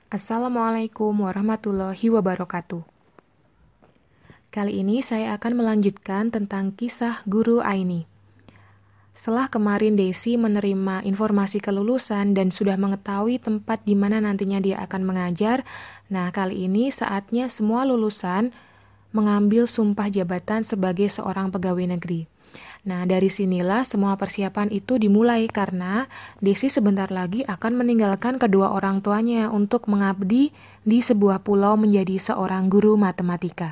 Assalamualaikum warahmatullahi wabarakatuh. Kali ini saya akan melanjutkan tentang kisah Guru Aini. Setelah kemarin Desi menerima informasi kelulusan dan sudah mengetahui tempat di mana nantinya dia akan mengajar, nah kali ini saatnya semua lulusan mengambil sumpah jabatan sebagai seorang pegawai negeri. Nah, dari sinilah semua persiapan itu dimulai karena Desi sebentar lagi akan meninggalkan kedua orang tuanya untuk mengabdi di sebuah pulau menjadi seorang guru matematika.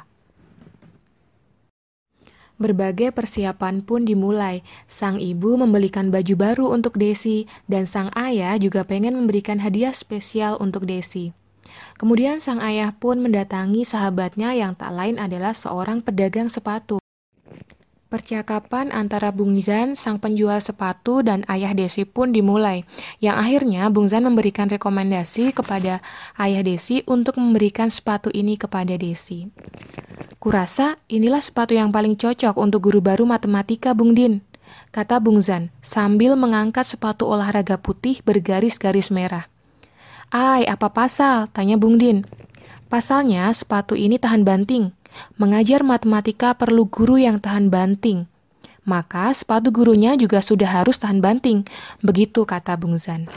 Berbagai persiapan pun dimulai. Sang ibu membelikan baju baru untuk Desi dan sang ayah juga pengen memberikan hadiah spesial untuk Desi. Kemudian sang ayah pun mendatangi sahabatnya yang tak lain adalah seorang pedagang sepatu. Percakapan antara Bung Zan, sang penjual sepatu, dan ayah Desi pun dimulai. Yang akhirnya Bung Zan memberikan rekomendasi kepada ayah Desi untuk memberikan sepatu ini kepada Desi. Kurasa inilah sepatu yang paling cocok untuk guru baru matematika, Bung Din, kata Bung Zan sambil mengangkat sepatu olahraga putih bergaris-garis merah. Ai, apa pasal? Tanya Bung Din. Pasalnya sepatu ini tahan banting. Mengajar matematika perlu guru yang tahan banting. Maka sepatu gurunya juga sudah harus tahan banting. Begitu kata Bung Zan.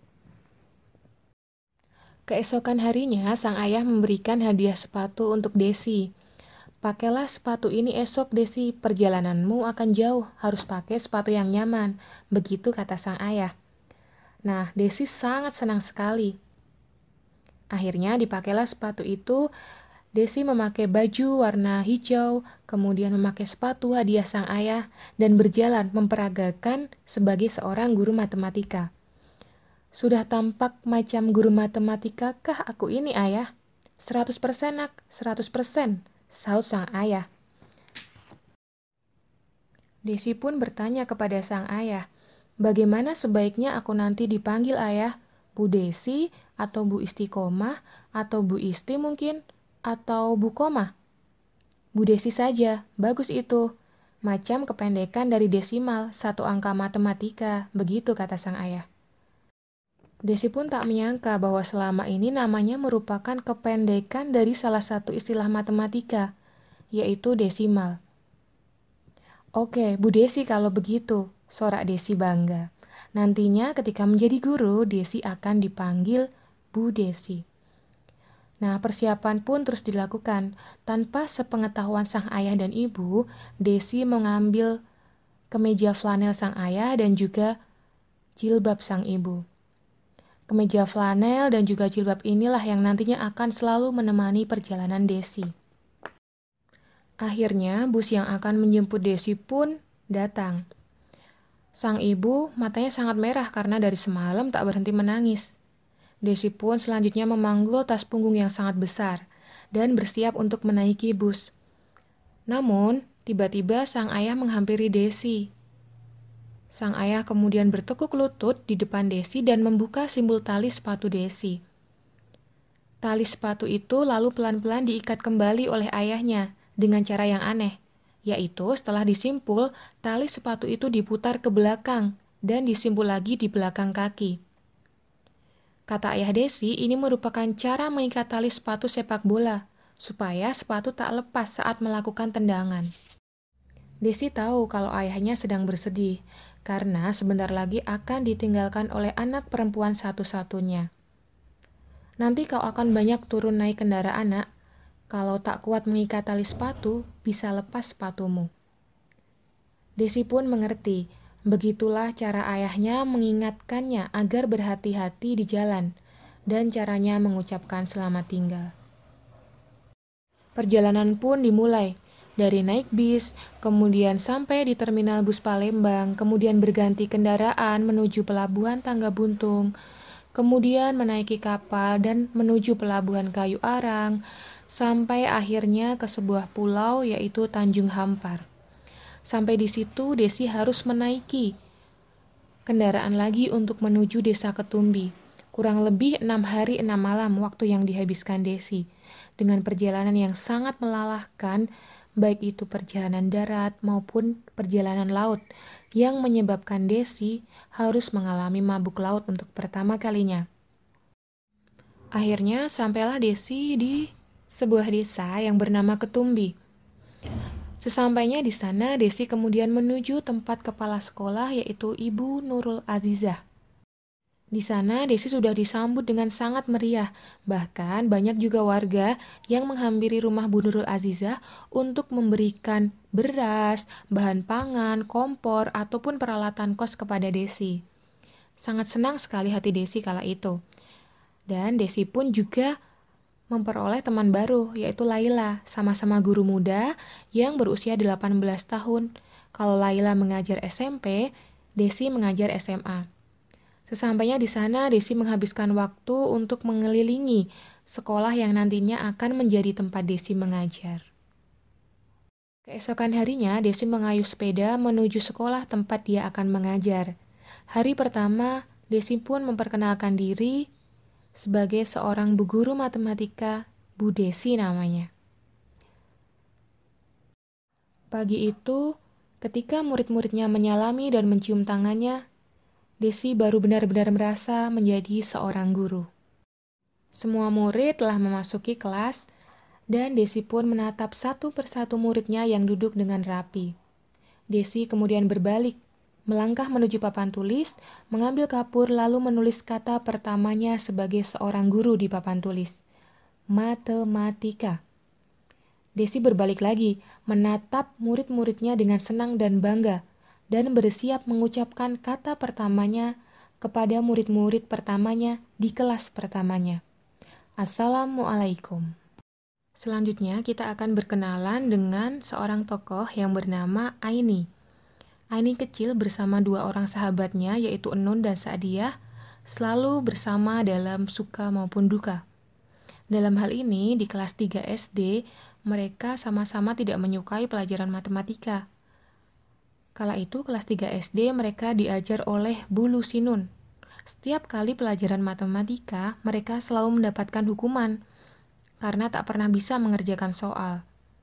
Keesokan harinya sang ayah memberikan hadiah sepatu untuk Desi. Pakailah sepatu ini esok Desi, perjalananmu akan jauh, harus pakai sepatu yang nyaman. Begitu kata sang ayah. Nah, Desi sangat senang sekali. Akhirnya dipakailah sepatu itu. Desi memakai baju warna hijau, kemudian memakai sepatu hadiah sang ayah, dan berjalan memperagakan sebagai seorang guru matematika. Sudah tampak macam guru matematika kah aku ini, ayah? 100% nak, 100%, sahut sang ayah. Desi pun bertanya kepada sang ayah, bagaimana sebaiknya aku nanti dipanggil ayah? Bu Desi, atau Bu Istiqomah, atau Bu Isti mungkin? Atau Bu Koma? Bu Desi saja, bagus itu. Macam kependekan dari desimal, satu angka matematika, begitu kata sang ayah. Desi pun tak menyangka bahwa selama ini namanya merupakan kependekan dari salah satu istilah matematika, yaitu desimal. Oke, Bu Desi kalau begitu, sorak Desi bangga. Nantinya ketika menjadi guru, Desi akan dipanggil Bu Desi. Nah, persiapan pun terus dilakukan. Tanpa sepengetahuan sang ayah dan ibu, Desi mengambil kemeja flanel sang ayah dan juga jilbab sang ibu. Kemeja flanel dan juga jilbab inilah yang nantinya akan selalu menemani perjalanan Desi. Akhirnya, bus yang akan menjemput Desi pun datang. Sang ibu matanya sangat merah karena dari semalam tak berhenti menangis. Desi pun selanjutnya memanggul tas punggung yang sangat besar dan bersiap untuk menaiki bus. Namun, tiba-tiba sang ayah menghampiri Desi. Sang ayah kemudian bertekuk lutut di depan Desi dan membuka simbol tali sepatu Desi. Tali sepatu itu lalu pelan-pelan diikat kembali oleh ayahnya dengan cara yang aneh, yaitu setelah disimpul, tali sepatu itu diputar ke belakang dan disimpul lagi di belakang kaki. Kata ayah Desi, ini merupakan cara mengikat tali sepatu sepak bola, supaya sepatu tak lepas saat melakukan tendangan. Desi tahu kalau ayahnya sedang bersedih, karena sebentar lagi akan ditinggalkan oleh anak perempuan satu-satunya. Nanti kau akan banyak turun naik kendaraan, nak. Kalau tak kuat mengikat tali sepatu, bisa lepas sepatumu. Desi pun mengerti. Begitulah cara ayahnya mengingatkannya agar berhati-hati di jalan, dan caranya mengucapkan selamat tinggal. Perjalanan pun dimulai, dari naik bis, kemudian sampai di terminal bus Palembang, kemudian berganti kendaraan menuju pelabuhan Tangga Buntung, kemudian menaiki kapal dan menuju pelabuhan Kayu Arang, sampai akhirnya ke sebuah pulau yaitu Tanjung Hampar. Sampai di situ Desi harus menaiki kendaraan lagi untuk menuju desa Ketumbi. Kurang lebih 6 hari 6 malam waktu yang dihabiskan Desi. Dengan perjalanan yang sangat melelahkan, baik itu perjalanan darat maupun perjalanan laut, yang menyebabkan Desi harus mengalami mabuk laut untuk pertama kalinya. Akhirnya sampailah Desi di sebuah desa yang bernama Ketumbi. Sesampainya di sana, Desi kemudian menuju tempat kepala sekolah yaitu Ibu Nurul Azizah. Di sana, Desi sudah disambut dengan sangat meriah. Bahkan banyak juga warga yang menghampiri rumah Bu Nurul Azizah untuk memberikan beras, bahan pangan, kompor, ataupun peralatan kos kepada Desi. Sangat senang sekali hati Desi kala itu. Dan Desi pun juga memperoleh teman baru, yaitu Laila, sama-sama guru muda yang berusia 18 tahun. Kalau Laila mengajar SMP, Desi mengajar SMA. Sesampainya di sana, Desi menghabiskan waktu untuk mengelilingi sekolah yang nantinya akan menjadi tempat Desi mengajar. Keesokan harinya, Desi mengayuh sepeda menuju sekolah tempat dia akan mengajar. Hari pertama, Desi pun memperkenalkan diri sebagai seorang bu guru matematika, Bu Desi namanya. Pagi itu, ketika murid-muridnya menyalami dan mencium tangannya, Desi baru benar-benar merasa menjadi seorang guru. Semua murid telah memasuki kelas, dan Desi pun menatap satu persatu muridnya yang duduk dengan rapi. Desi kemudian berbalik, melangkah menuju papan tulis, mengambil kapur lalu menulis kata pertamanya sebagai seorang guru di papan tulis. Matematika. Desi berbalik lagi, menatap murid-muridnya dengan senang dan bangga, dan bersiap mengucapkan kata pertamanya kepada murid-murid pertamanya di kelas pertamanya. Assalamualaikum. Selanjutnya kita akan berkenalan dengan seorang tokoh yang bernama Aini. Aini kecil bersama dua orang sahabatnya yaitu Enun dan Sa'diyah selalu bersama dalam suka maupun duka. Dalam hal ini di kelas 3 SD mereka sama-sama tidak menyukai pelajaran matematika. Kala itu kelas 3 SD mereka diajar oleh Bu Lusinun. Setiap kali pelajaran matematika, mereka selalu mendapatkan hukuman karena tak pernah bisa mengerjakan soal.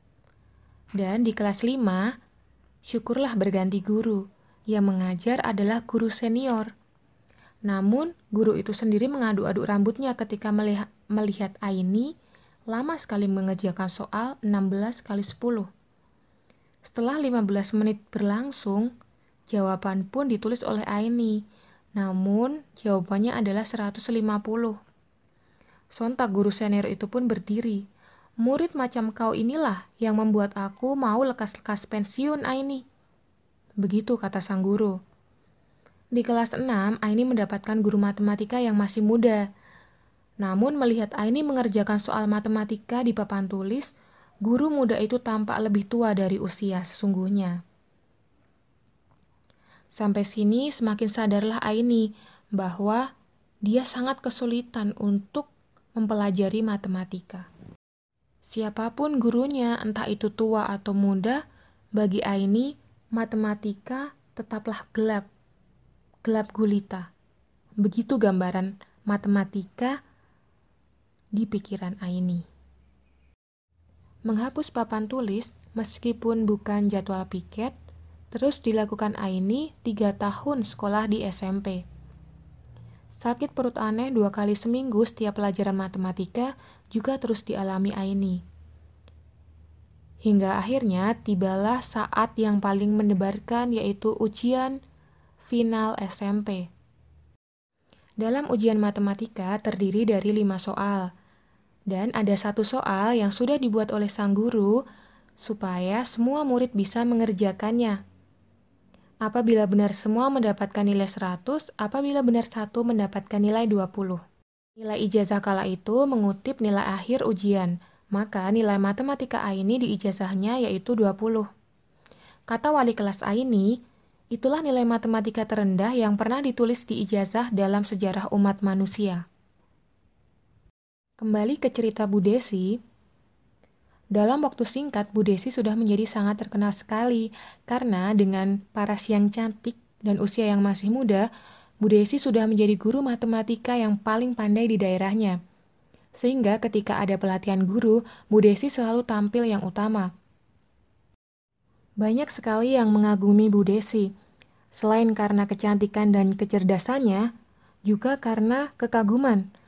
Dan di kelas 5, syukurlah berganti guru. Yang mengajar adalah guru senior. Namun, guru itu sendiri mengaduk-aduk rambutnya ketika melihat Aini lama sekali mengerjakan soal 16 kali 10. Setelah 15 menit berlangsung, jawaban pun ditulis oleh Aini. Namun, jawabannya adalah 150. Sontak guru senior itu pun berdiri. Murid macam kau inilah yang membuat aku mau lekas-lekas pensiun, Aini. Begitu kata sang guru. Di kelas 6, Aini mendapatkan guru matematika yang masih muda. Namun melihat Aini mengerjakan soal matematika di papan tulis, guru muda itu tampak lebih tua dari usia sesungguhnya. Sampai sini semakin sadarlah Aini bahwa dia sangat kesulitan untuk mempelajari matematika. Siapapun gurunya, entah itu tua atau muda, bagi Aini matematika tetaplah gelap gulita. Begitu gambaran matematika di pikiran Aini. Menghapus papan tulis, meskipun bukan jadwal piket, terus dilakukan Aini 3 tahun sekolah di SMP. Sakit perut aneh 2 kali seminggu setiap pelajaran matematika juga terus dialami Aini. Hingga akhirnya tibalah saat yang paling mendebarkan yaitu ujian final SMP. Dalam ujian matematika terdiri dari 5 soal. Dan ada 1 soal yang sudah dibuat oleh sang guru supaya semua murid bisa mengerjakannya. Apabila benar semua mendapatkan nilai 100, apabila benar satu mendapatkan nilai 20. Nilai ijazah kala itu mengutip nilai akhir ujian, maka nilai matematika Aini di ijazahnya yaitu 20. Kata wali kelas Aini, itulah nilai matematika terendah yang pernah ditulis di ijazah dalam sejarah umat manusia. Kembali ke cerita Bu Desi, dalam waktu singkat Bu Desi sudah menjadi sangat terkenal sekali karena dengan paras yang cantik dan usia yang masih muda, Bu Desi sudah menjadi guru matematika yang paling pandai di daerahnya. Sehingga ketika ada pelatihan guru, Bu Desi selalu tampil yang utama. Banyak sekali yang mengagumi Bu Desi, selain karena kecantikan dan kecerdasannya, juga karena kekaguman.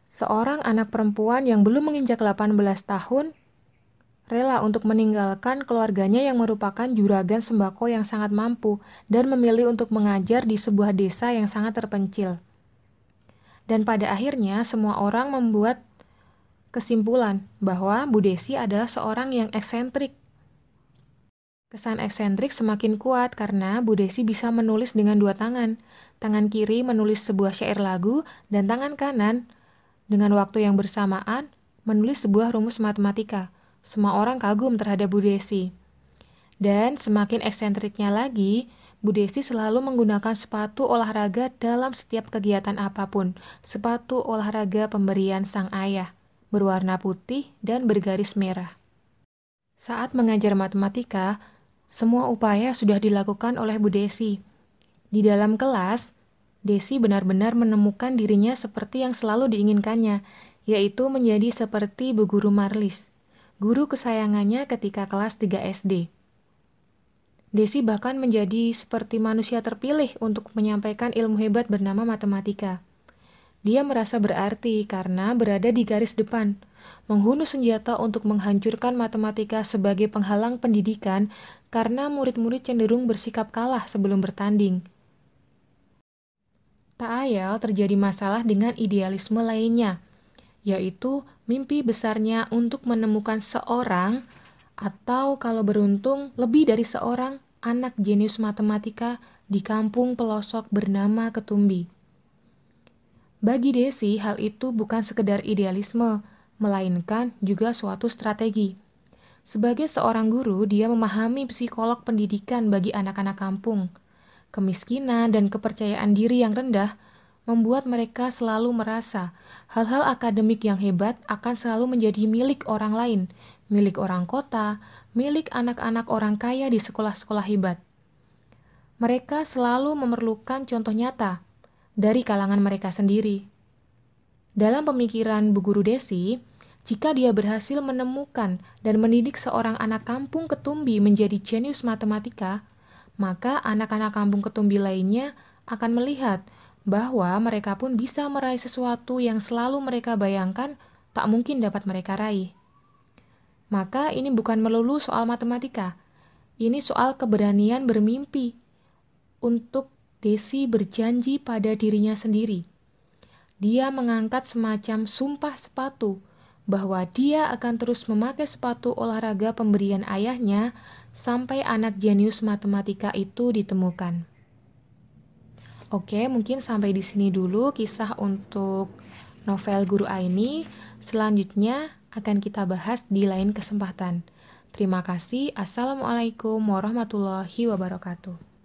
Seorang anak perempuan yang belum menginjak 18 tahun rela untuk meninggalkan keluarganya yang merupakan juragan sembako yang sangat mampu dan memilih untuk mengajar di sebuah desa yang sangat terpencil. Dan pada akhirnya semua orang membuat kesimpulan bahwa Bu Desi adalah seorang yang eksentrik. Kesan eksentrik semakin kuat karena Bu Desi bisa menulis dengan dua tangan. Tangan kiri menulis sebuah syair lagu dan tangan kanan dengan waktu yang bersamaan menulis sebuah rumus matematika. Semua orang kagum terhadap Bu Desi. Dan semakin eksentriknya lagi, Bu Desi selalu menggunakan sepatu olahraga dalam setiap kegiatan apapun. Sepatu olahraga pemberian sang ayah, berwarna putih dan bergaris merah. Saat mengajar matematika, semua upaya sudah dilakukan oleh Bu Desi. Di dalam kelas, Desi benar-benar menemukan dirinya seperti yang selalu diinginkannya, yaitu menjadi seperti Bu Guru Marlis, guru kesayangannya ketika kelas 3 SD. Desi bahkan menjadi seperti manusia terpilih untuk menyampaikan ilmu hebat bernama matematika. Dia merasa berarti karena berada di garis depan, menghunus senjata untuk menghancurkan matematika sebagai penghalang pendidikan karena murid-murid cenderung bersikap kalah sebelum bertanding. Tak ayal terjadi masalah dengan idealisme lainnya, yaitu mimpi besarnya untuk menemukan seorang atau kalau beruntung lebih dari seorang anak jenius matematika di kampung pelosok bernama Ketumbi. Bagi Desi, hal itu bukan sekedar idealisme, melainkan juga suatu strategi. Sebagai seorang guru, dia memahami psikolog pendidikan bagi anak-anak kampung. Kemiskinan dan kepercayaan diri yang rendah membuat mereka selalu merasa hal-hal akademik yang hebat akan selalu menjadi milik orang lain, milik orang kota, milik anak-anak orang kaya di sekolah-sekolah hebat. Mereka selalu memerlukan contoh nyata dari kalangan mereka sendiri. Dalam pemikiran Bu Guru Desi, jika dia berhasil menemukan dan mendidik seorang anak kampung Ketumbi menjadi jenius matematika, maka anak-anak kampung Ketumbi lainnya akan melihat bahwa mereka pun bisa meraih sesuatu yang selalu mereka bayangkan tak mungkin dapat mereka raih. Maka ini bukan melulu soal matematika, ini soal keberanian bermimpi untuk Desi berjanji pada dirinya sendiri. Dia mengangkat semacam sumpah sepatu bahwa dia akan terus memakai sepatu olahraga pemberian ayahnya sampai anak jenius matematika itu ditemukan. Oke, mungkin sampai di sini dulu kisah untuk novel Guru Aini. Selanjutnya akan kita bahas di lain kesempatan. Terima kasih. Assalamualaikum warahmatullahi wabarakatuh.